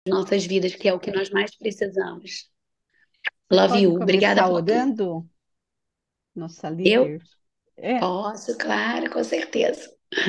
nossas vidas, que é o que nós mais precisamos. Você Love pode you. Obrigada começar por tudo. orando, nossa Eu líder? É. posso, claro, com certeza.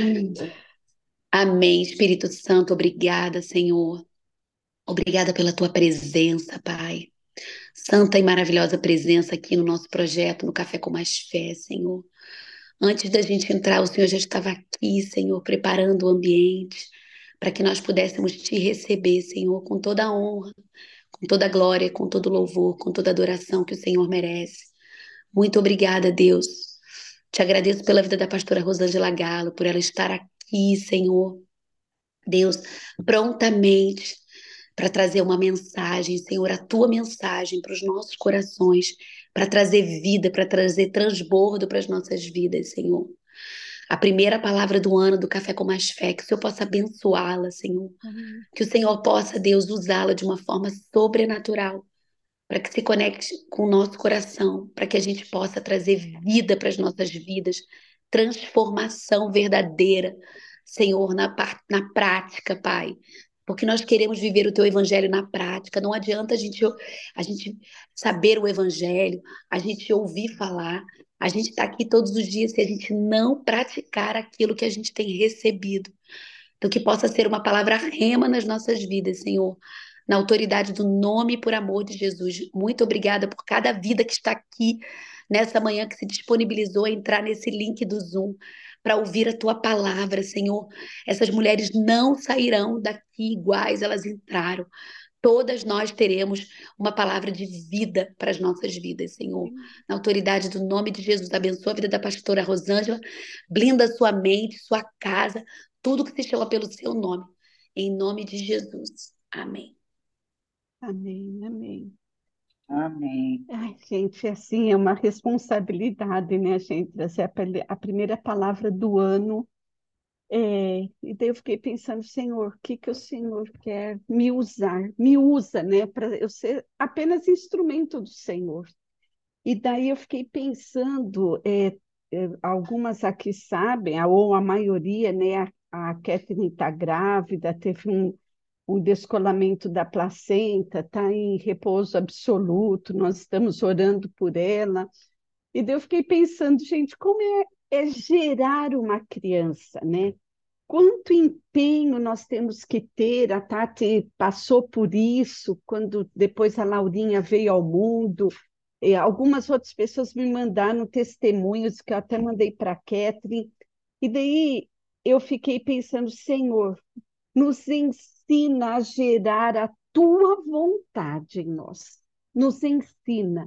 Amém, Espírito Santo, obrigada, Senhor. Obrigada pela tua presença, Pai. Santa e maravilhosa presença aqui no nosso projeto, no Café com Mais Fé, Senhor. Antes da gente entrar, o Senhor já estava aqui, Senhor, preparando o ambiente para que nós pudéssemos te receber, Senhor, com toda a honra, com toda a glória, com todo o louvor, com toda a adoração que o Senhor merece. Muito obrigada, Deus. Te agradeço pela vida da pastora Rosângela Galo, por ela estar aqui, Senhor. Deus, prontamente para trazer uma mensagem, Senhor, a tua mensagem para os nossos corações, para trazer vida, para trazer transbordo para as nossas vidas, Senhor. A primeira palavra do ano do Café com Mais Fé, que o Senhor possa abençoá-la, Senhor. Amém. Que o Senhor possa, Deus, usá-la de uma forma sobrenatural, para que se conecte com o nosso coração, para que a gente possa trazer vida para as nossas vidas, transformação verdadeira, Senhor, na prática, Pai. Porque nós queremos viver o teu evangelho na prática. Não adianta a gente saber o evangelho, a gente ouvir falar, a gente está aqui todos os dias se a gente não praticar aquilo que a gente tem recebido. Então, que possa ser uma palavra rema nas nossas vidas, Senhor. Na autoridade do nome e por amor de Jesus. Muito obrigada por cada vida que está aqui nessa manhã, que se disponibilizou a entrar nesse link do Zoom para ouvir a tua palavra, Senhor. Essas mulheres não sairão daqui iguais elas entraram. Todas nós teremos uma palavra de vida para as nossas vidas, Senhor. Na autoridade do nome de Jesus, abençoa a vida da pastora Rosângela, blinda sua mente, sua casa, tudo que se chama pelo seu nome. Em nome de Jesus. Amém. Amém, amém. Amém. Ai, gente, assim, é uma responsabilidade, né, gente? Essa é a primeira palavra do ano. E daí eu fiquei pensando, Senhor, o que que o Senhor quer me usar? Me usa, né, para eu ser apenas instrumento do Senhor. E daí eu fiquei pensando, algumas aqui sabem, ou a maioria, né, a Catherine está grávida, teve um descolamento da placenta, está em repouso absoluto, nós estamos orando por ela. E daí eu fiquei pensando, gente, como é gerar uma criança, né? Quanto empenho nós temos que ter? A Tati passou por isso quando depois a Laurinha veio ao mundo. E algumas outras pessoas me mandaram testemunhos que eu até mandei para a Catherine. E daí eu fiquei pensando, Senhor, nos ensina a gerar a tua vontade em nós. Nos ensina.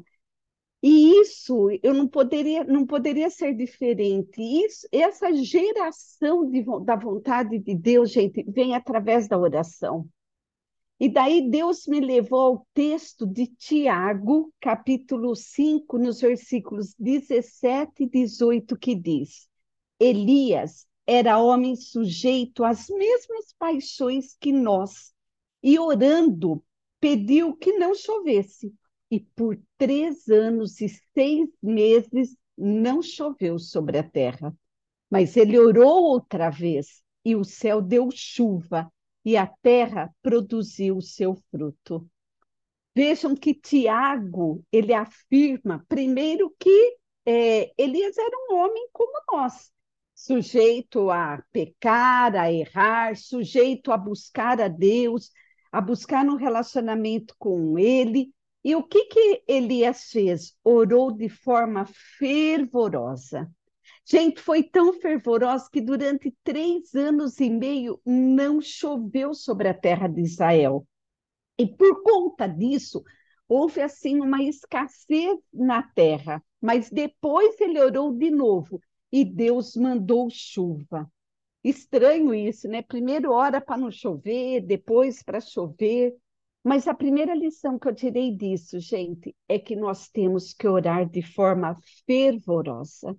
E isso eu não poderia ser diferente. Isso, essa geração da vontade de Deus, gente, vem através da oração. E daí Deus me levou ao texto de Tiago, capítulo 5, nos versículos 17 e 18, que diz: Elias era homem sujeito às mesmas paixões que nós, e orando, pediu que não chovesse. E por 3 anos e 6 meses não choveu sobre a terra. Mas ele orou outra vez, e o céu deu chuva, e a terra produziu o seu fruto. Vejam que Tiago, ele afirma, primeiro, que Elias era um homem como nós, sujeito a pecar, a errar, sujeito a buscar a Deus, a buscar um relacionamento com ele. E o que que Elias fez? Orou de forma fervorosa. Gente, foi tão fervorosa que durante 3 anos e meio não choveu sobre a terra de Israel. E por conta disso, houve assim uma escassez na terra. Mas depois ele orou de novo e Deus mandou chuva. Estranho isso, né? Primeiro ora para não chover, depois para chover. Mas a primeira lição que eu tirei disso, gente, é que nós temos que orar de forma fervorosa.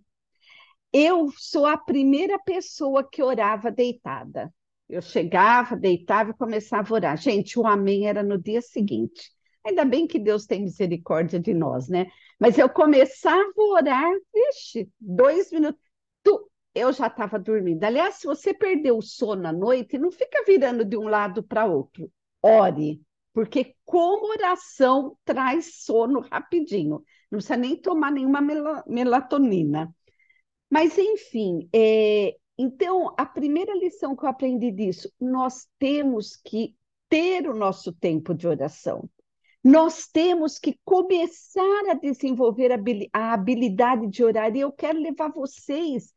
Eu sou a primeira pessoa que orava deitada. Eu chegava, deitava e começava a orar. Gente, o amém era no dia seguinte. Ainda bem que Deus tem misericórdia de nós, né? Mas eu começava a orar, vixe, 2 minutos, eu já estava dormindo. Aliás, se você perdeu o sono à noite, não fica virando de um lado para outro. ore, porque como oração traz sono rapidinho. Não precisa nem tomar nenhuma melatonina. Mas, enfim, então, a primeira lição que eu aprendi disso, nós temos que ter o nosso tempo de oração. Nós temos que começar a desenvolver a habilidade de orar. E eu quero levar vocês,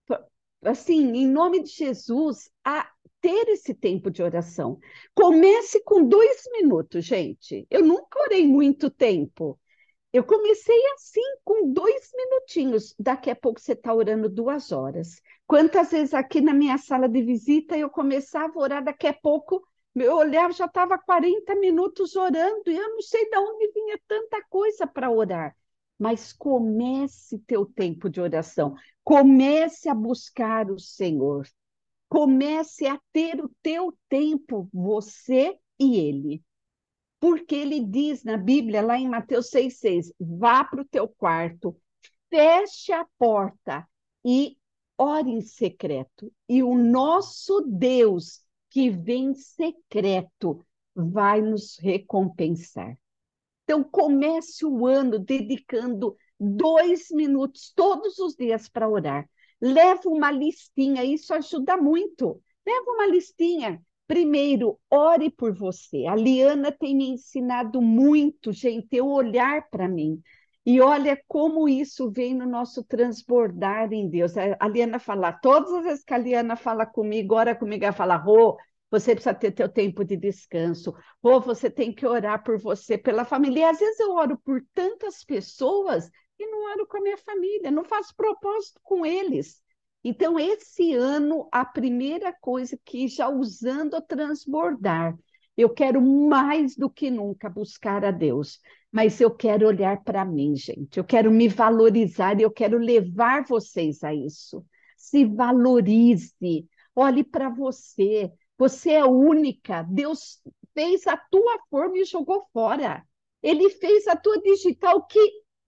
assim, em nome de Jesus, a ter esse tempo de oração. Comece com 2 minutos, gente. Eu nunca orei muito tempo. Eu comecei assim, com 2 minutinhos. Daqui a pouco você está orando 2 horas. Quantas vezes aqui na minha sala de visita eu começava a orar, daqui a pouco eu olhava, já estava 40 minutos orando, e eu não sei de onde vinha tanta coisa para orar. Mas comece teu tempo de oração. Comece a buscar o Senhor. Comece a ter o teu tempo, você e Ele. Porque ele diz na Bíblia, lá em Mateus 6,6, vá para o teu quarto, feche a porta e ore em secreto. E o nosso Deus, que vem em secreto, vai nos recompensar. Então, comece o ano dedicando 2 minutos todos os dias para orar. Leva uma listinha, isso ajuda muito. Leva uma listinha. Primeiro, ore por você. A Liana tem me ensinado muito, gente, eu olhar para mim. E olha como isso vem no nosso transbordar em Deus. A Liana fala, todas as vezes que a Liana fala comigo, ora comigo, ela fala, Rô, você precisa ter teu tempo de descanso. Ou você tem que orar por você, pela família. E às vezes eu oro por tantas pessoas e não oro com a minha família, não faço propósito com eles. Então, esse ano, a primeira coisa que, já usando o transbordar, eu quero mais do que nunca buscar a Deus, mas eu quero olhar para mim, gente. Eu quero me valorizar e eu quero levar vocês a isso. Se valorize, olhe para você. Você é única. Deus fez a tua forma e jogou fora. Ele fez a tua digital que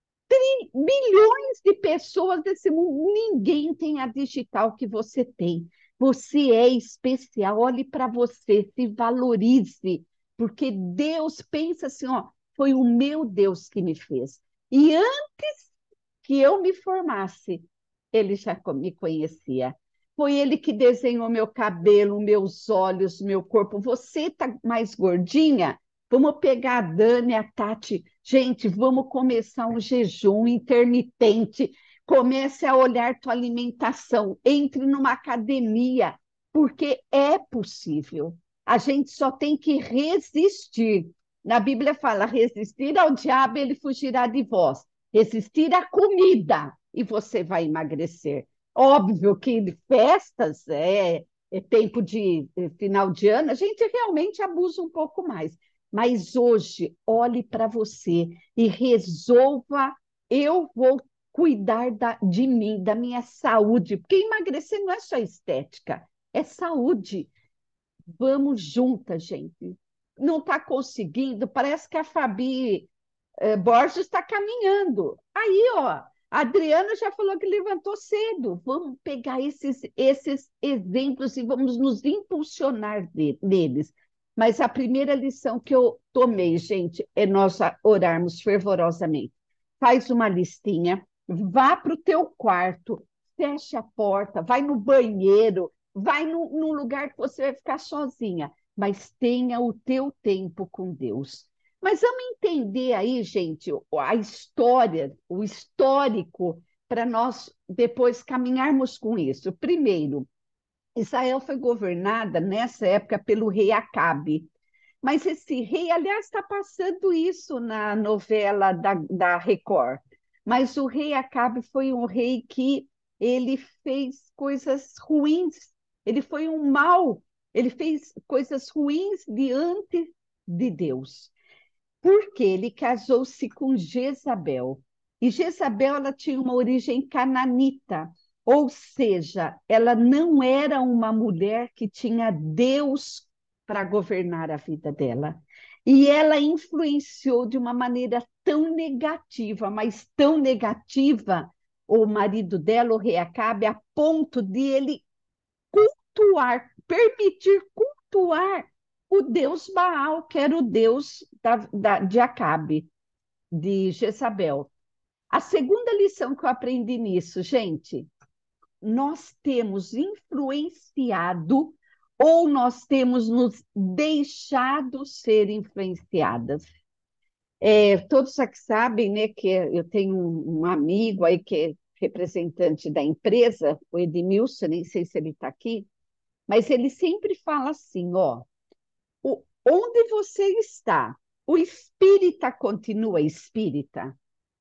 milhões de pessoas desse mundo, ninguém tem a digital que você tem. Você é especial. Olhe para você, se valorize, porque Deus pensa assim, ó, foi o meu Deus que me fez. E antes que eu me formasse, ele já me conhecia. Foi ele que desenhou meu cabelo, meus olhos, meu corpo. Você tá mais gordinha? Vamos pegar a Dani, a Tati. Gente, vamos começar um jejum intermitente. Comece a olhar tua alimentação. Entre numa academia, porque é possível. A gente só tem que resistir. Na Bíblia fala: resistir ao diabo, ele fugirá de vós. Resistir à comida e você vai emagrecer. Óbvio que festas, tempo de final de ano, a gente realmente abusa um pouco mais. Mas hoje, olhe para você e resolva: eu vou cuidar de mim, da minha saúde, porque emagrecer não é só estética, é saúde. Vamos juntas, gente. Não está conseguindo, parece que a Fabi Borges está caminhando. Aí, ó, a Adriana já falou que levantou cedo. Vamos pegar esses exemplos e vamos nos impulsionar neles. Mas a primeira lição que eu tomei, gente, é nós orarmos fervorosamente. Faz uma listinha, vá para o teu quarto, fecha a porta, vai no banheiro, vai num lugar que você vai ficar sozinha, mas tenha o teu tempo com Deus. Mas vamos entender aí, gente, a história, o histórico, para nós depois caminharmos com isso. Primeiro, Israel foi governada nessa época pelo rei Acabe. Mas esse rei, aliás, está passando isso na novela da Record. Mas o rei Acabe foi um rei que ele fez coisas ruins. Ele foi um mal. Ele fez coisas ruins diante de Deus, porque ele casou-se com Jezabel. E Jezabel, ela tinha uma origem cananita, ou seja, ela não era uma mulher que tinha Deus para governar a vida dela. E ela influenciou de uma maneira tão negativa, mas tão negativa, o marido dela, o rei Acabe, a ponto de ele cultuar, permitir cultuar o Deus Baal, que era o Deus de Acabe, de Jezabel. A segunda lição que eu aprendi nisso, gente, nós temos influenciado ou nós temos nos deixado ser influenciadas. Todos aqui sabem, né, que eu tenho um amigo aí que é representante da empresa, o Edmilson, nem sei se ele está aqui, mas ele sempre fala assim, ó, onde você está, o espírita continua espírita,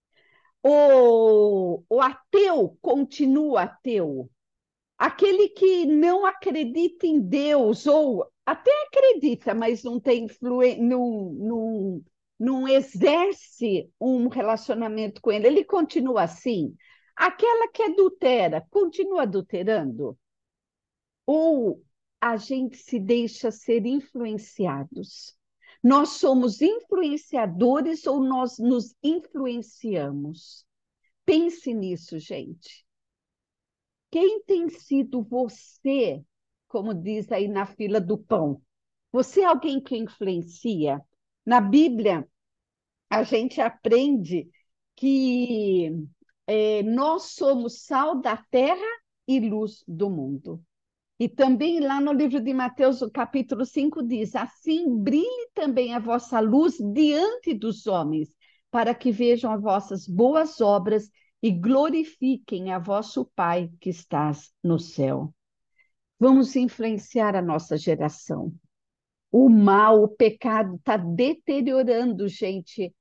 o ateu continua ateu, aquele que não acredita em Deus, ou até acredita, mas não tem não exerce um relacionamento com ele, ele continua assim. Aquela que adultera, continua adulterando? Ou a gente se deixa ser influenciados? Nós somos influenciadores ou nós nos influenciamos? Pense nisso, gente. Quem tem sido você, como diz aí na fila do pão? Você é alguém que influencia? Na Bíblia, a gente aprende que nós somos sal da terra e luz do mundo. E também lá no livro de Mateus, o capítulo 5 diz: assim brilhe também a vossa luz diante dos homens, para que vejam as vossas boas obras e glorifiquem a vosso Pai que estás no céu. Vamos influenciar a nossa geração. O mal, o pecado está deteriorando, gente,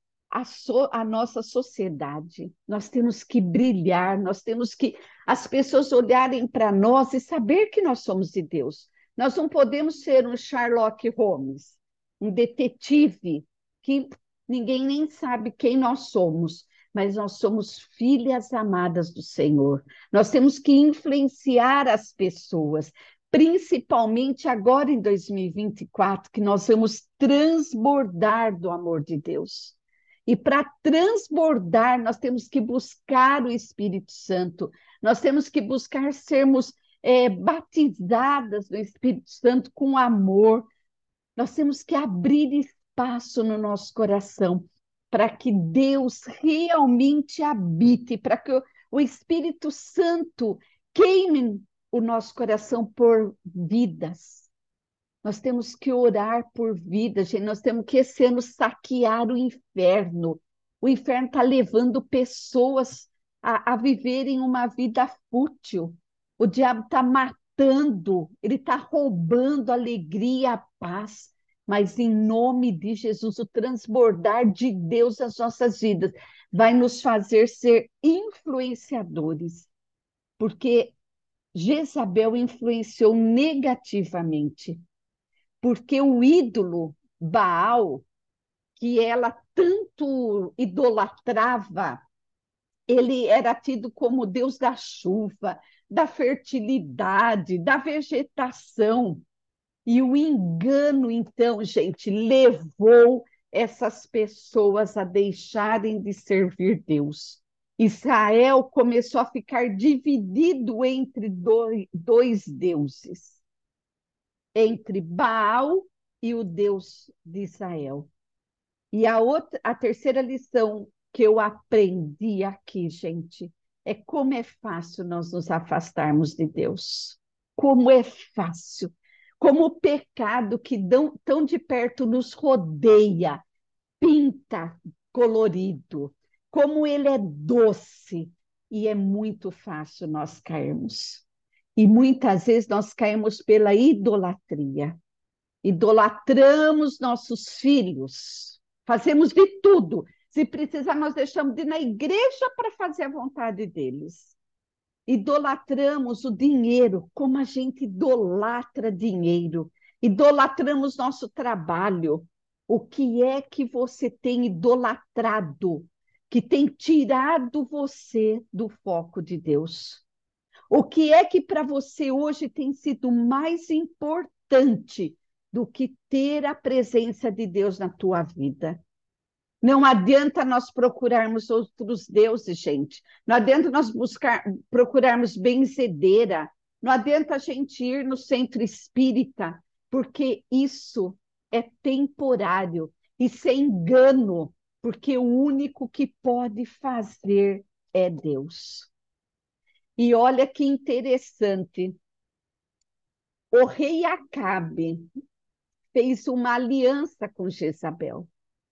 a nossa sociedade. Nós temos que brilhar, nós temos que as pessoas olharem para nós e saber que nós somos de Deus. Nós não podemos ser um Sherlock Holmes, um detetive, que ninguém nem sabe quem nós somos, mas nós somos filhas amadas do Senhor. Nós temos que influenciar as pessoas, principalmente agora em 2024, que nós vamos transbordar do amor de Deus. E para transbordar, nós temos que buscar o Espírito Santo, nós temos que buscar sermos batizadas no Espírito Santo com amor, nós temos que abrir espaço no nosso coração para que Deus realmente habite, para que o Espírito Santo queime o nosso coração por vidas. Nós temos que orar por vidas, gente. Nós temos que esse ano saquear o inferno. O inferno está levando pessoas a viverem uma vida fútil. O diabo está matando, ele está roubando a alegria, a paz. Mas em nome de Jesus, o transbordar de Deus nas nossas vidas vai nos fazer ser influenciadores. Porque Jezabel influenciou negativamente, porque o ídolo Baal, que ela tanto idolatrava, ele era tido como Deus da chuva, da fertilidade, da vegetação. E o engano, então, gente, levou essas pessoas a deixarem de servir Deus. Israel começou a ficar dividido entre dois deuses, entre Baal e o Deus de Israel. E a terceira lição que eu aprendi aqui, gente, é como é fácil nós nos afastarmos de Deus. Como é fácil. Como o pecado que tão de perto nos rodeia, pinta colorido. Como ele é doce. E é muito fácil nós cairmos. E muitas vezes nós caímos pela idolatria. Idolatramos nossos filhos. Fazemos de tudo. Se precisar, nós deixamos de ir na igreja para fazer a vontade deles. Idolatramos o dinheiro, como a gente idolatra dinheiro. Idolatramos nosso trabalho. O que é que você tem idolatrado, que tem tirado você do foco de Deus? O que é que para você hoje tem sido mais importante do que ter a presença de Deus na tua vida? Não adianta nós procurarmos outros deuses, gente. Não adianta nós procurarmos benzedeira. Não adianta a gente ir no centro espírita, porque isso é temporário e sem engano, porque o único que pode fazer é Deus. E olha que interessante, o rei Acabe fez uma aliança com Jezabel.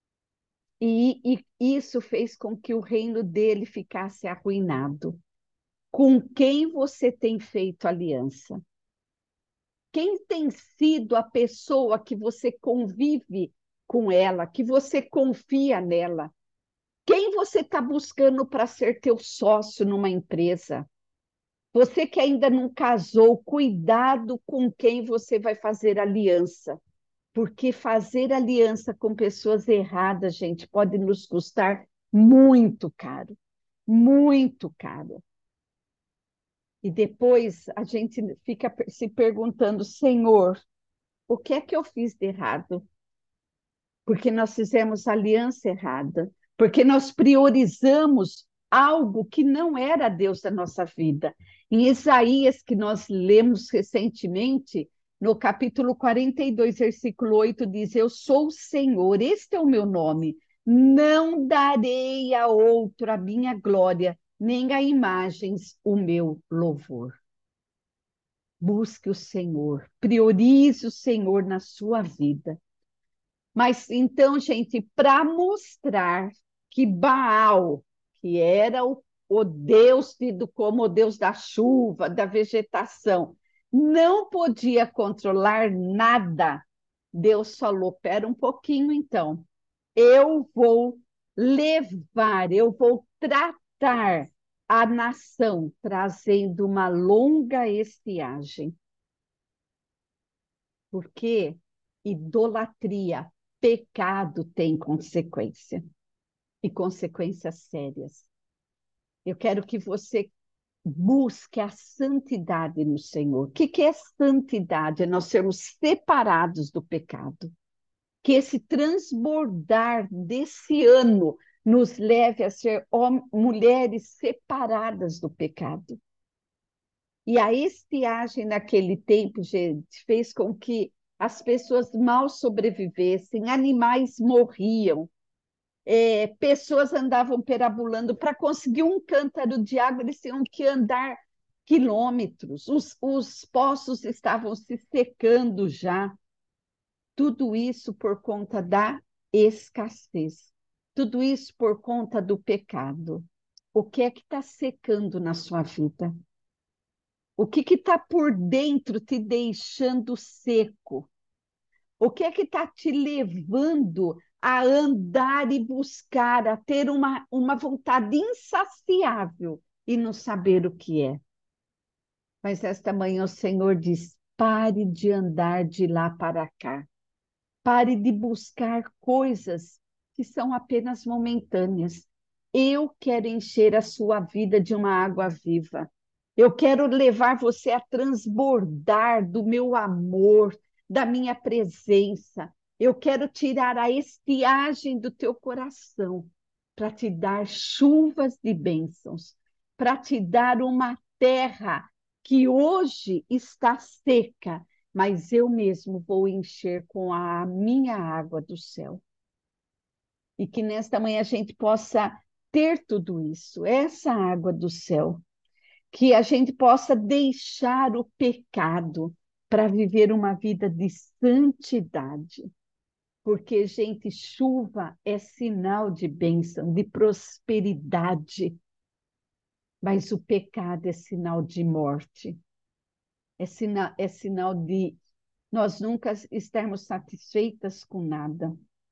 E isso fez com que o reino dele ficasse arruinado. Com quem você tem feito aliança? Quem tem sido a pessoa que você convive com ela, que você confia nela? Quem você está buscando para ser teu sócio numa empresa? Você que ainda não casou, cuidado com quem você vai fazer aliança. Porque fazer aliança com pessoas erradas, gente, pode nos custar muito caro. Muito caro. E depois a gente fica se perguntando, Senhor, o que é que eu fiz de errado? Porque nós fizemos aliança errada, porque nós priorizamos algo que não era Deus da nossa vida. Em Isaías, que nós lemos recentemente, no capítulo 42, versículo 8, diz: Eu sou o Senhor, este é o meu nome, não darei a outro a minha glória, nem a imagens o meu louvor. Busque o Senhor, priorize o Senhor na sua vida. Mas então, gente, para mostrar que Baal, que era o Deus tido como o Deus da chuva, da vegetação, não podia controlar nada, Deus falou: pera um pouquinho então, eu vou levar, eu vou tratar a nação, trazendo uma longa estiagem. Porque idolatria, pecado tem consequência, e consequências sérias. Eu quero que você busque a santidade no Senhor. O que é santidade? É nós sermos separados do pecado. Que esse transbordar desse ano nos leve a ser mulheres separadas do pecado. E a estiagem naquele tempo, gente, fez com que as pessoas mal sobrevivessem, animais morriam, pessoas andavam perambulando. Para conseguir um cântaro de água, eles tinham que andar quilômetros, os poços estavam se secando já. Tudo isso por conta da escassez, tudo isso por conta do pecado. O que é que está secando na sua vida? O que está por dentro te deixando seco? O que é que está te levando a andar e buscar, a ter uma vontade insaciável e não saber o que é? Mas esta manhã o Senhor diz: pare de andar de lá para cá. Pare de buscar coisas que são apenas momentâneas. Eu quero encher a sua vida de uma água viva. Eu quero levar você a transbordar do meu amor, da minha presença. Eu quero tirar a estiagem do teu coração para te dar chuvas de bênçãos, para te dar uma terra que hoje está seca, mas eu mesmo vou encher com a minha água do céu. E que nesta manhã a gente possa ter tudo isso, essa água do céu, que a gente possa deixar o pecado para viver uma vida de santidade. Porque, gente, chuva é sinal de bênção, de prosperidade, mas o pecado é sinal de morte, é sinal de nós nunca estarmos satisfeitas com nada.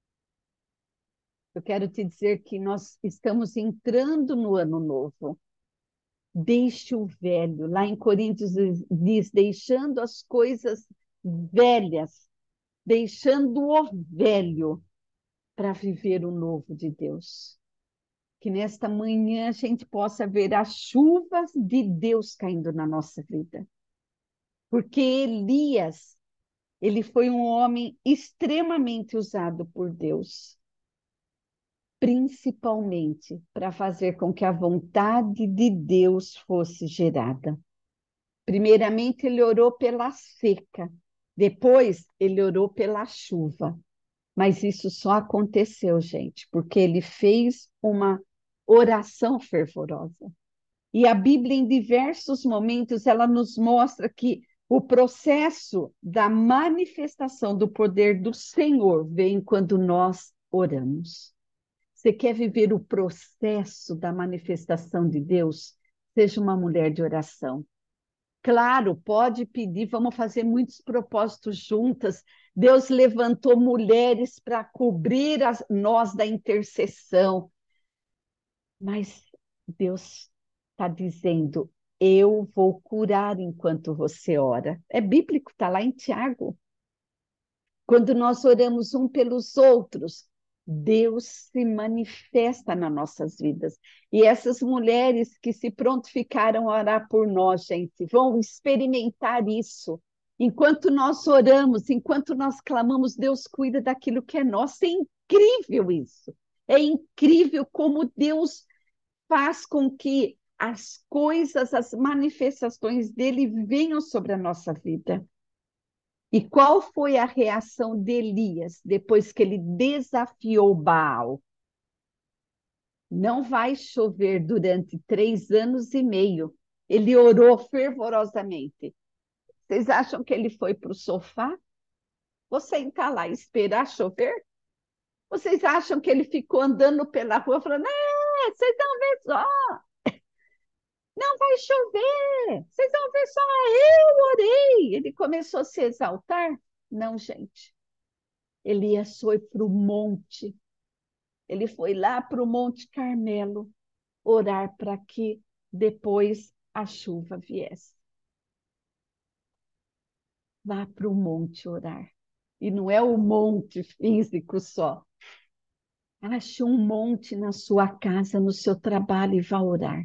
Eu quero te dizer que nós estamos entrando no ano novo. Deixe o velho. Lá em Coríntios diz, deixando as coisas velhas, deixando o velho para viver o novo de Deus. Que nesta manhã a gente possa ver as chuvas de Deus caindo na nossa vida. Porque Elias, ele foi um homem extremamente usado por Deus, principalmente para fazer com que a vontade de Deus fosse gerada. Primeiramente, ele orou pela seca, Depois, ele orou pela chuva. Mas isso só aconteceu, gente, porque ele fez uma oração fervorosa. E a Bíblia, em diversos momentos, ela nos mostra que o processo da manifestação do poder do Senhor vem quando nós oramos. Você quer viver o processo da manifestação de Deus? Seja uma mulher de oração. Claro, pode pedir, vamos fazer muitos propósitos juntas. Deus levantou mulheres para cobrir nós da intercessão. Mas Deus está dizendo: eu vou curar enquanto você ora. É bíblico, está lá em Tiago. Quando nós oramos um pelos outros, Deus se manifesta nas nossas vidas. E essas mulheres que se prontificaram a orar por nós, gente, vão experimentar isso. Enquanto nós oramos, enquanto nós clamamos, Deus cuida daquilo que é nosso. É incrível isso. É incrível como Deus faz com que as coisas, as manifestações dele venham sobre a nossa vida. E qual foi a reação de Elias depois que ele desafiou Baal? Não vai chover durante 3 anos e meio. Ele orou fervorosamente. Vocês acham que ele foi para o sofá? Vou sentar lá e esperar chover? Vocês acham que ele ficou andando pela rua falando: vocês vão ver só, não vai chover, vocês vão ver só, eu orei. Ele começou a se exaltar? Não, gente. Elias foi para o monte. Ele foi lá para o Monte Carmelo orar para que depois a chuva viesse. Vá para o monte orar. E não é o monte físico só. Ache um monte na sua casa, no seu trabalho e vá orar.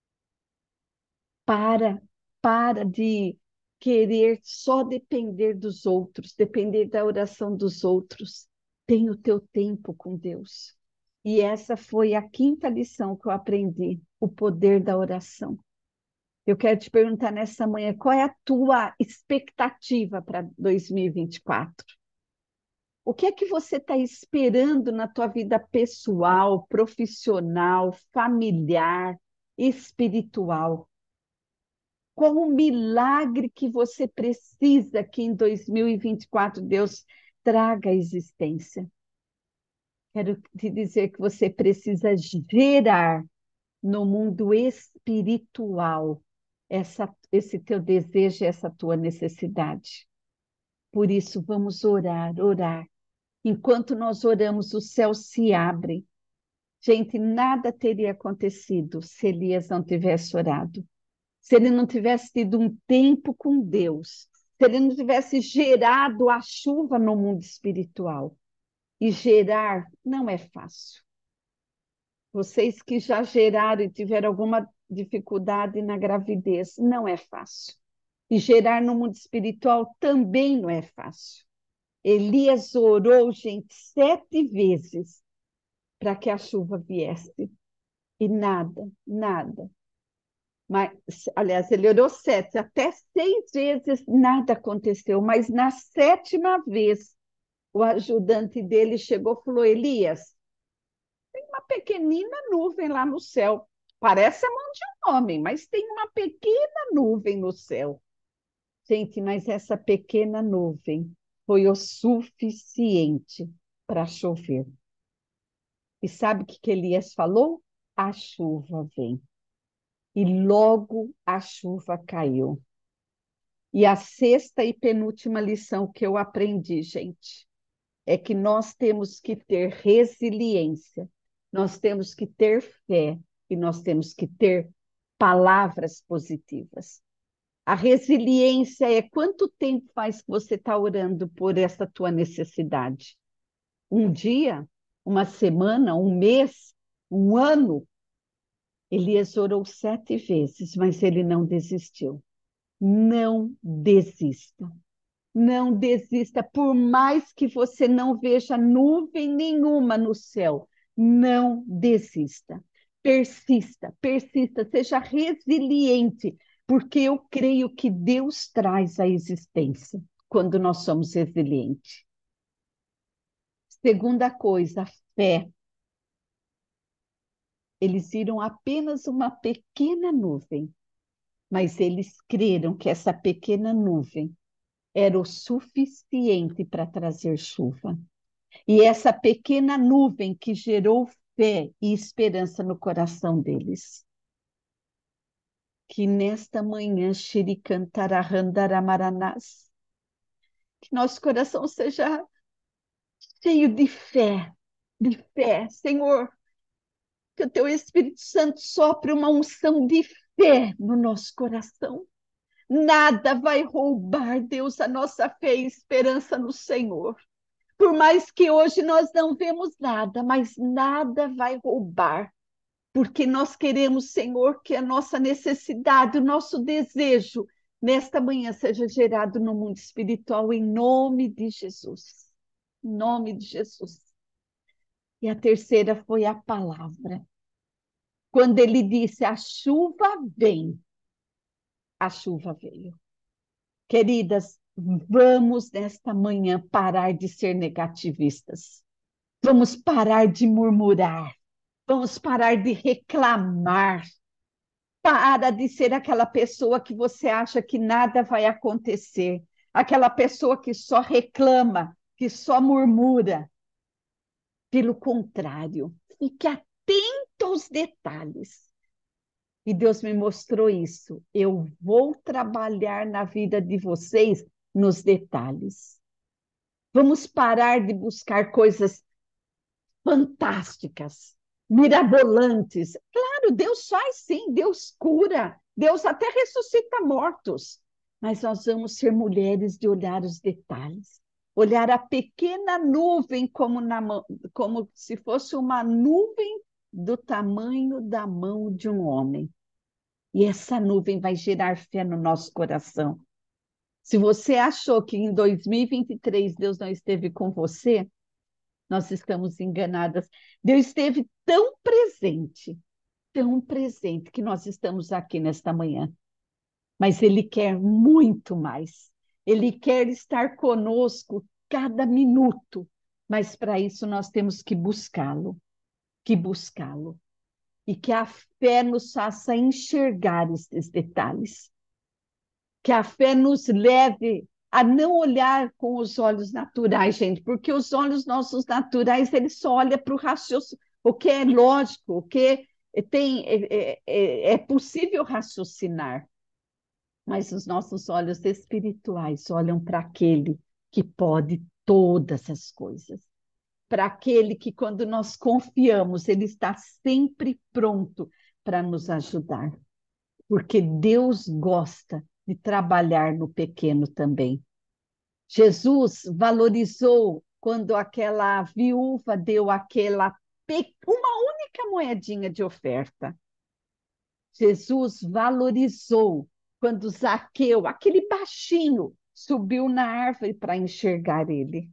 Para de querer só depender dos outros, depender da oração dos outros. Tem o teu tempo com Deus. E essa foi a quinta lição que eu aprendi, o poder da oração. Eu quero te perguntar nessa manhã, qual é a tua expectativa para 2024? O que é que você está esperando na tua vida pessoal, profissional, familiar, espiritual? Qual o milagre que você precisa que em 2024 Deus traga à existência? Quero te dizer que você precisa gerar no mundo espiritual esse teu desejo, essa tua necessidade. Por isso, vamos orar, orar. Enquanto nós oramos, o céu se abre. Gente, nada teria acontecido se Elias não tivesse orado. Se ele não tivesse tido um tempo com Deus. Se ele não tivesse gerado a chuva no mundo espiritual. E gerar não é fácil. Vocês que já geraram e tiveram alguma dificuldade na gravidez, não é fácil. E gerar no mundo espiritual também não é fácil. Elias orou, gente, 7 vezes para que a chuva viesse. E nada, nada. Mas, aliás, ele orou 7, até 6 vezes nada aconteceu. Mas na 7ª vez, o ajudante dele chegou e falou: Elias, uma pequenina nuvem lá no céu. Parece a mão de um homem, mas tem uma pequena nuvem no céu. Gente, mas essa pequena nuvem foi o suficiente para chover. E sabe o que Elias falou? A chuva vem. E logo a chuva caiu. E a sexta e penúltima lição que eu aprendi, gente, é que nós temos que ter resiliência, nós temos que ter fé e nós temos que ter palavras positivas. A resiliência é quanto tempo faz que você está orando por essa tua necessidade? Um dia? Uma semana? Um mês? Um ano? Elias orou 7 vezes, mas ele não desistiu. Não desista. Não desista, por mais que você não veja nuvem nenhuma no céu, não desista. Persista, persista, seja resiliente, porque eu creio que Deus traz a existência quando nós somos resilientes. Segunda coisa, fé. Eles viram apenas uma pequena nuvem, mas eles creram que essa pequena nuvem era o suficiente para trazer chuva. E essa pequena nuvem que gerou fé e esperança no coração deles. Que nesta manhã, Shirikantarahanda-ramaranás, que nosso coração seja cheio de fé, de fé. Senhor, que o teu Espírito Santo sopre uma unção de fé no nosso coração. Nada vai roubar, Deus, a nossa fé e esperança no Senhor. Por mais que hoje nós não vemos nada, mas nada vai roubar, porque nós queremos, Senhor, que a nossa necessidade, o nosso desejo, nesta manhã seja gerado no mundo espiritual, em nome de Jesus. Em nome de Jesus. E a terceira foi a palavra. Quando ele disse, a chuva vem, a chuva veio. Queridas, vamos nesta manhã parar de ser negativistas. Vamos parar de murmurar. Vamos parar de reclamar. Para de ser aquela pessoa que você acha que nada vai acontecer. Aquela pessoa que só reclama, que só murmura. Pelo contrário, fique atento aos detalhes. E Deus me mostrou isso. Eu vou trabalhar na vida de vocês nos detalhes. Vamos parar de buscar coisas fantásticas, mirabolantes. Claro, Deus faz sim, Deus cura, Deus até ressuscita mortos. Mas nós vamos ser mulheres de olhar os detalhes, olhar a pequena nuvem como se fosse uma nuvem do tamanho da mão de um homem. E essa nuvem vai gerar fé no nosso coração. Se você achou que em 2023 Deus não esteve com você, nós estamos enganadas. Deus esteve tão presente, que nós estamos aqui nesta manhã. Mas Ele quer muito mais. Ele quer estar conosco cada minuto. Mas para isso nós temos que buscá-lo, que buscá-lo. E que a fé nos faça enxergar esses detalhes. Que a fé nos leve a não olhar com os olhos naturais, gente, porque os olhos nossos naturais, eles só olham para o raciocínio, o que é lógico, o que é possível raciocinar. Mas os nossos olhos espirituais olham para aquele que pode todas as coisas. Para aquele que, quando nós confiamos, ele está sempre pronto para nos ajudar. Porque Deus gosta de trabalhar no pequeno também. Jesus valorizou quando aquela viúva deu uma única moedinha de oferta. Jesus valorizou quando Zaqueu, aquele baixinho, subiu na árvore para enxergar ele.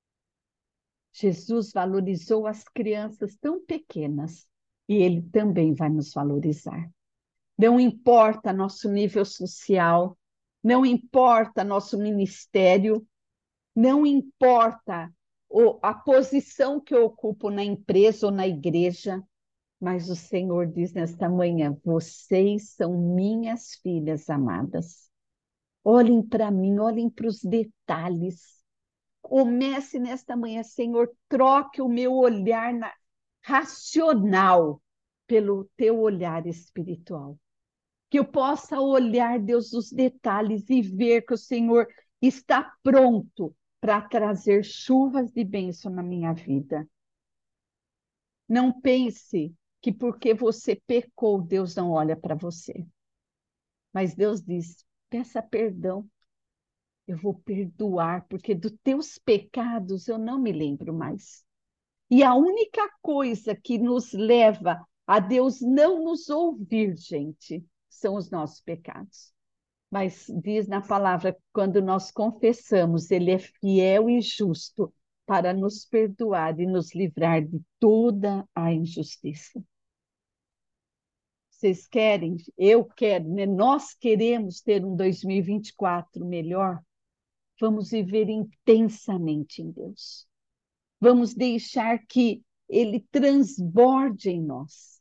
Jesus valorizou as crianças tão pequenas e ele também vai nos valorizar. Não importa nosso nível social, não importa nosso ministério, não importa a posição que eu ocupo na empresa ou na igreja, mas o Senhor diz nesta manhã: vocês são minhas filhas amadas. Olhem para mim, olhem para os detalhes. Comece nesta manhã, Senhor, troque o meu olhar racional pelo teu olhar espiritual. Que eu possa olhar, Deus, os detalhes e ver que o Senhor está pronto para trazer chuvas de bênção na minha vida. Não pense que porque você pecou, Deus não olha para você. Mas Deus diz, peça perdão. Eu vou perdoar, porque dos teus pecados eu não me lembro mais. E a única coisa que nos leva a Deus não nos ouvir, gente, são os nossos pecados. Mas diz na palavra, quando nós confessamos, Ele é fiel e justo para nos perdoar e nos livrar de toda a injustiça. Vocês querem? Eu quero, né? Nós queremos ter um 2024 melhor. Vamos viver intensamente em Deus. Vamos deixar que Ele transborde em nós.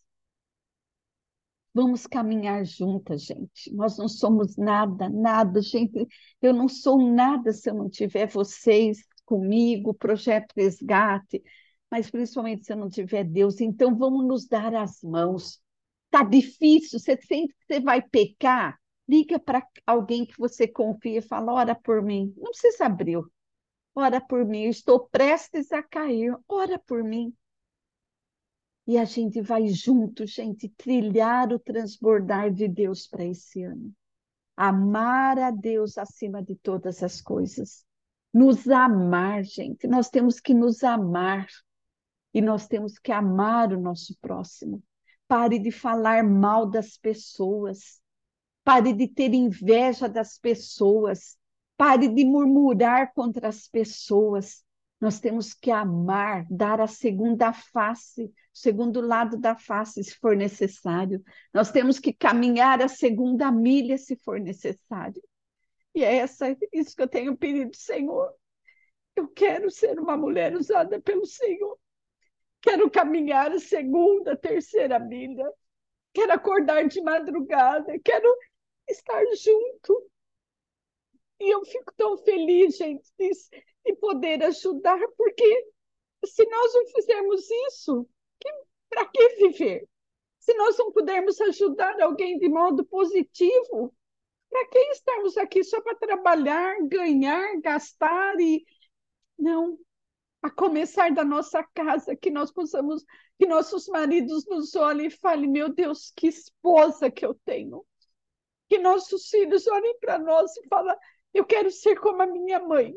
Vamos caminhar juntas, gente. Nós não somos nada, nada, gente. Eu não sou nada se eu não tiver vocês comigo, Projeto Resgate, mas principalmente se eu não tiver Deus. Então vamos nos dar as mãos. Tá difícil, você sente que você vai pecar? Liga para alguém que você confia e fala: ora por mim. Não precisa abrir. Ora por mim, eu estou prestes a cair. Ora por mim. E a gente vai junto, gente, trilhar o transbordar de Deus para esse ano. Amar a Deus acima de todas as coisas. Nos amar, gente. Nós temos que nos amar. E nós temos que amar o nosso próximo. Pare de falar mal das pessoas. Pare de ter inveja das pessoas. Pare de murmurar contra as pessoas. Nós temos que amar, dar a segunda face, o segundo lado da face, se for necessário. Nós temos que caminhar a segunda milha, se for necessário. E é isso que eu tenho pedido, Senhor. Eu quero ser uma mulher usada pelo Senhor. Quero caminhar a segunda, terceira milha. Quero acordar de madrugada. Quero estar junto. E eu fico tão feliz, gente, de poder ajudar, porque se nós não fizermos isso, para que viver? Se nós não pudermos ajudar alguém de modo positivo, para que estarmos aqui só para trabalhar, ganhar, gastar e... Não, a começar da nossa casa, que nós possamos, que nossos maridos nos olhem e falem: meu Deus, que esposa que eu tenho. Que nossos filhos olhem para nós e falem: eu quero ser como a minha mãe.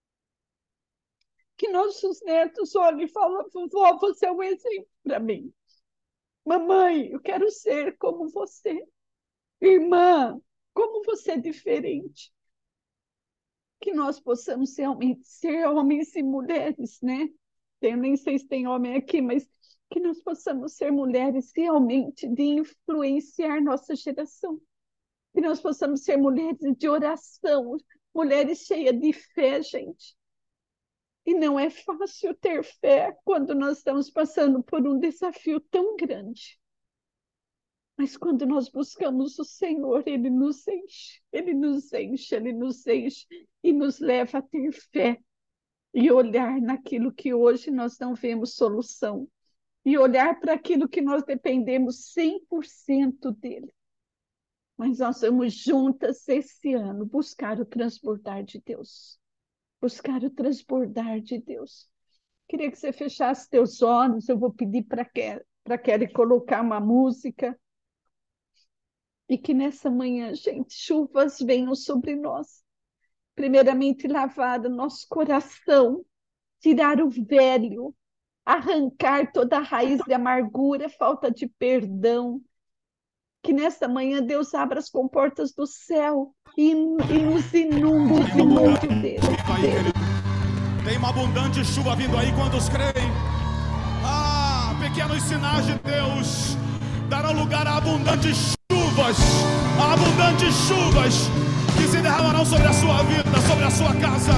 Que nossos netos olhem e falem: vovó, você é um exemplo para mim. Mamãe, eu quero ser como você. Irmã, como você é diferente. Que nós possamos realmente ser homens e mulheres, né? Eu nem sei se tem homem aqui, mas que nós possamos ser mulheres realmente de influenciar nossa geração. Que nós possamos ser mulheres de oração, mulheres cheias de fé, gente. E não é fácil ter fé quando nós estamos passando por um desafio tão grande. Mas quando nós buscamos o Senhor, Ele nos enche, Ele nos enche, Ele nos enche e nos leva a ter fé e olhar naquilo que hoje nós não vemos solução e olhar para aquilo que nós dependemos 100% dEle. Mas nós vamos juntas esse ano buscar o transbordar de Deus. Buscar o transbordar de Deus. Queria que você fechasse teus olhos, eu vou pedir para Kelly colocar uma música. E que nessa manhã, gente, chuvas venham sobre nós. Primeiramente, lavar o nosso coração, tirar o velho, arrancar toda a raiz de amargura, falta de perdão. Que nessa manhã Deus abra as comportas do céu e nos inunde de novo dele. Tem uma abundante chuva vindo aí, quantos creem? Ah, pequenos sinais de Deus darão lugar a abundantes chuvas que se derramarão sobre a sua vida, sobre a sua casa.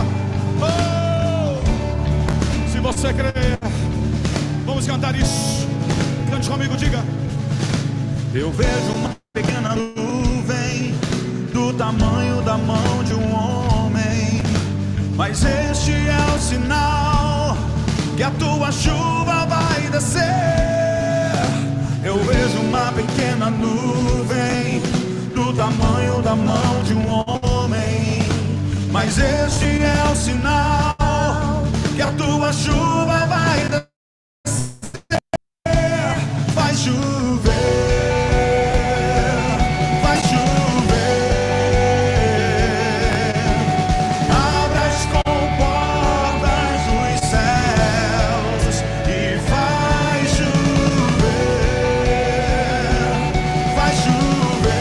Oh! Se você crer, vamos cantar isso. Cante comigo, diga: eu vejo uma pequena nuvem do tamanho da mão de um homem, mas este é o sinal que a tua chuva vai descer. Eu vejo uma pequena nuvem do tamanho da mão de um homem, mas este é o sinal que a tua chuva vai descer. Vai chover, vai chover. Abra as comportas dos céus e vai chover. Vai chover.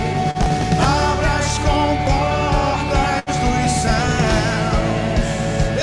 Abra as comportas dos céus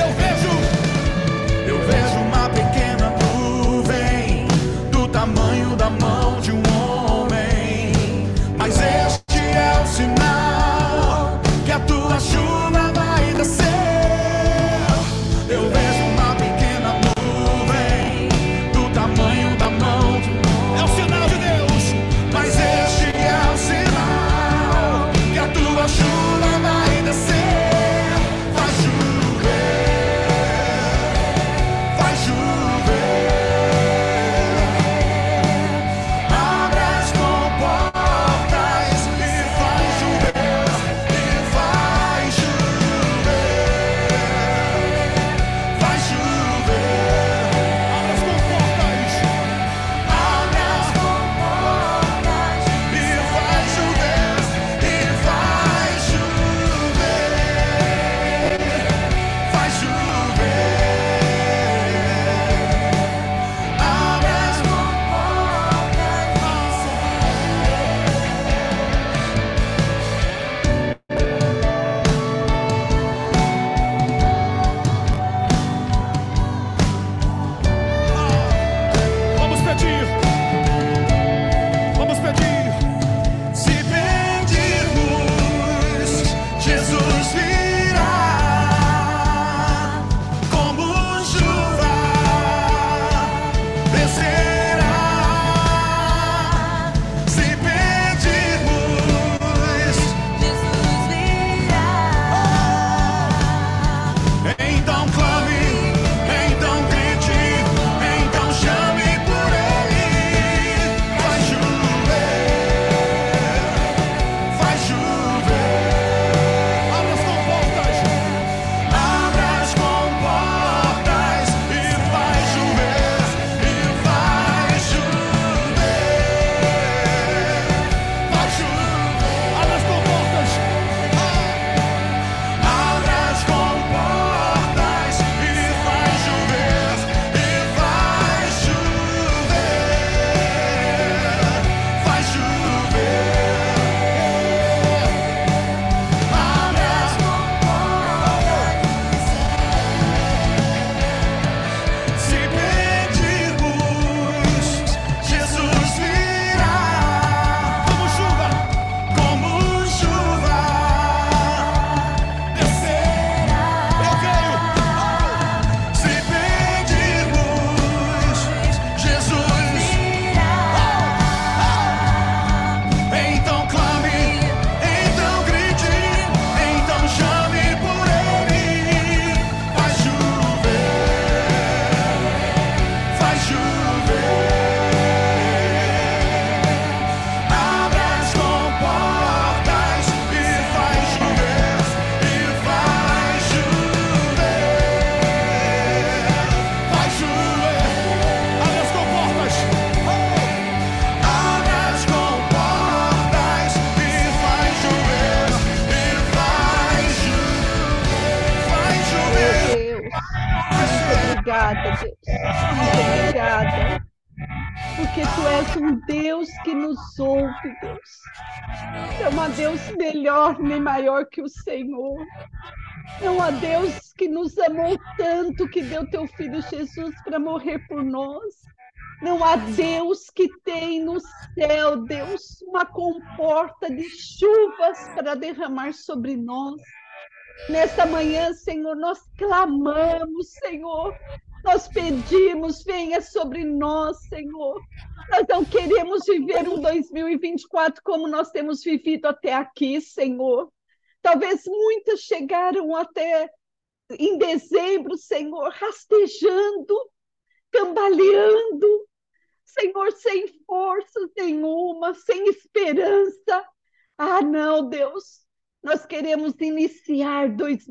obrigada, Deus. Muito obrigada. Porque tu és um Deus que nos ouve, Deus. Não há Deus melhor nem maior que o Senhor. Não há Deus que nos amou tanto que deu teu filho Jesus para morrer por nós. Não há Deus que tem no céu, Deus, uma comporta de chuvas para derramar sobre nós. Nesta manhã, Senhor, nós clamamos, Senhor. Nós pedimos, venha sobre nós, Senhor. Nós não queremos viver um 2024 como nós temos vivido até aqui, Senhor. Talvez muitas chegaram até em dezembro, Senhor, rastejando, cambaleando, Senhor, sem forças nenhuma, sem esperança. Ah, não, Deus, nós queremos iniciar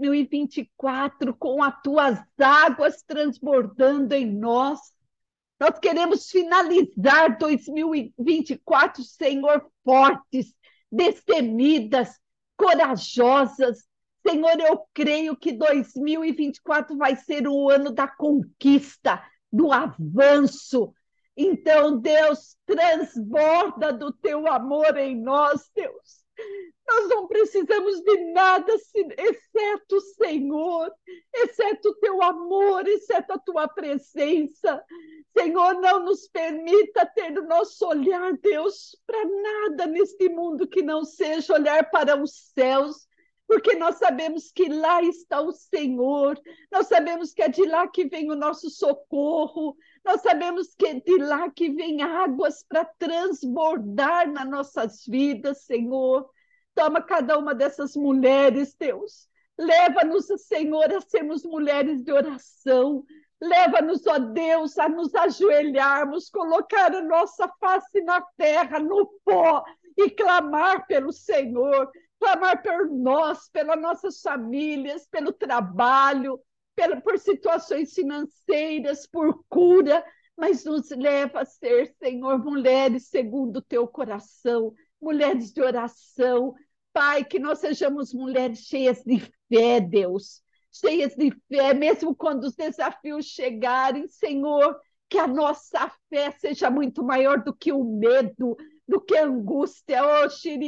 2024 com as tuas águas transbordando em nós. Nós queremos finalizar 2024, Senhor, fortes, destemidas, corajosas. Senhor, eu creio que 2024 vai ser o ano da conquista, do avanço. Então, Deus, transborda do teu amor em nós, Deus. Nós não precisamos de nada exceto o Senhor, exceto o teu amor, exceto a tua presença. Senhor, não nos permita ter o nosso olhar, Deus, para nada neste mundo que não seja olhar para os céus, porque nós sabemos que lá está o Senhor, nós sabemos que é de lá que vem o nosso socorro, nós sabemos que é de lá que vem águas para transbordar nas nossas vidas, Senhor. Toma cada uma dessas mulheres, Deus. Leva-nos, Senhor, a sermos mulheres de oração. Leva-nos, ó Deus, a nos ajoelharmos, colocar a nossa face na terra, no pó, e clamar pelo Senhor, clamar por nós, pelas nossas famílias, pelo trabalho, por situações financeiras, por cura, mas nos leva a ser, Senhor, mulheres segundo o teu coração, mulheres de oração. Pai, que nós sejamos mulheres cheias de fé, Deus, cheias de fé, mesmo quando os desafios chegarem, Senhor, que a nossa fé seja muito maior do que o medo, do que a angústia, oh,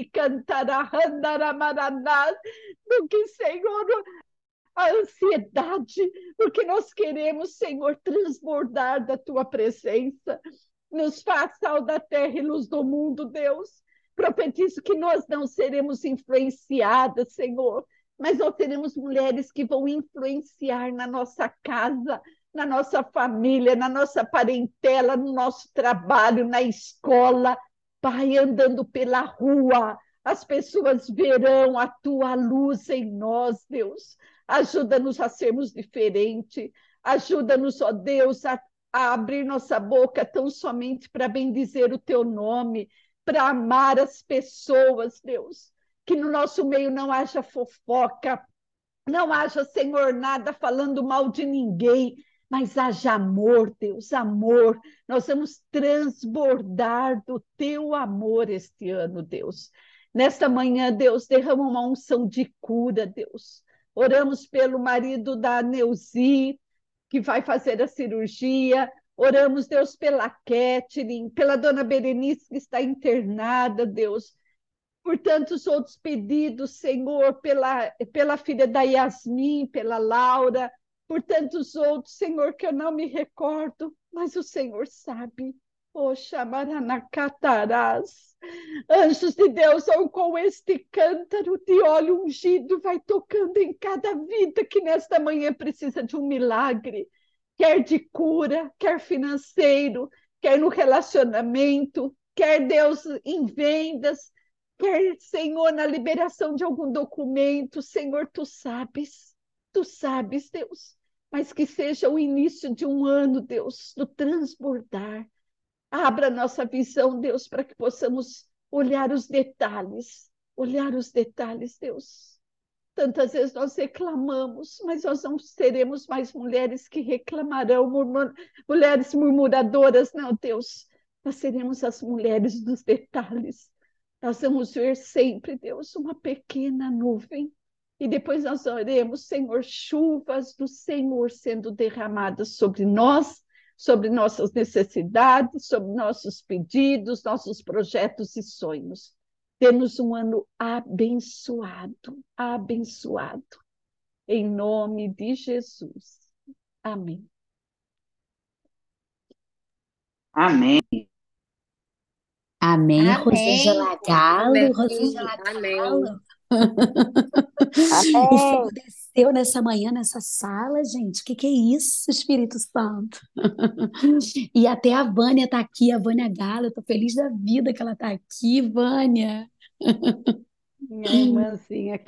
do que, Senhor, a ansiedade, porque nós queremos, Senhor, transbordar da tua presença. Nos faz sal da terra e luz do mundo, Deus. Profetizo que nós não seremos influenciadas, Senhor, mas nós seremos mulheres que vão influenciar na nossa casa, na nossa família, na nossa parentela, no nosso trabalho, na escola. Pai, andando pela rua, as pessoas verão a tua luz em nós, Deus. Ajuda-nos a sermos diferentes. Ajuda-nos, ó Deus, a abrir nossa boca tão somente para bendizer o teu nome, para amar as pessoas, Deus. Que no nosso meio não haja fofoca, não haja, Senhor, nada falando mal de ninguém, mas haja amor, Deus, amor. Nós vamos transbordar do teu amor este ano, Deus. Nesta manhã, Deus, derrama uma unção de cura, Deus. Oramos pelo marido da Neuzi, que vai fazer a cirurgia. Oramos, Deus, pela Kathleen, pela dona Berenice, que está internada, Deus. Por tantos outros pedidos, Senhor, pela filha da Yasmin, pela Laura, por tantos outros, Senhor, que eu não me recordo, mas o Senhor sabe. Oh, Xamaranacatarás. Anjos de Deus, ou com este cântaro de óleo ungido, vai tocando em cada vida que nesta manhã precisa de um milagre, quer de cura, quer financeiro, quer no relacionamento, quer, Deus, em vendas, quer, Senhor, na liberação de algum documento. Senhor, tu sabes, Deus, mas que seja o início de um ano, Deus, do transbordar. Abra nossa visão, Deus, para que possamos olhar os detalhes, Deus. Tantas vezes nós reclamamos, mas nós não seremos mais mulheres que reclamarão, mulheres murmuradoras, não, Deus. Nós seremos as mulheres dos detalhes. Nós vamos ver sempre, Deus, uma pequena nuvem, E depois nós oremos, Senhor, chuvas do Senhor sendo derramadas sobre nós, sobre nossas necessidades, sobre nossos pedidos, nossos projetos e sonhos. Dê-nos um ano abençoado, abençoado. Em nome de Jesus. Amém. Amém. Amém, Amém. Rosângela Galo, Amém. Rosângela Amém. Galo. Amém. O fogo desceu nessa manhã, nessa sala, gente. Que é isso, Espírito Santo? E até a Vânia tá aqui, a Vânia Galo. Eu tô feliz da vida que ela tá aqui, Vânia. Minha irmãzinha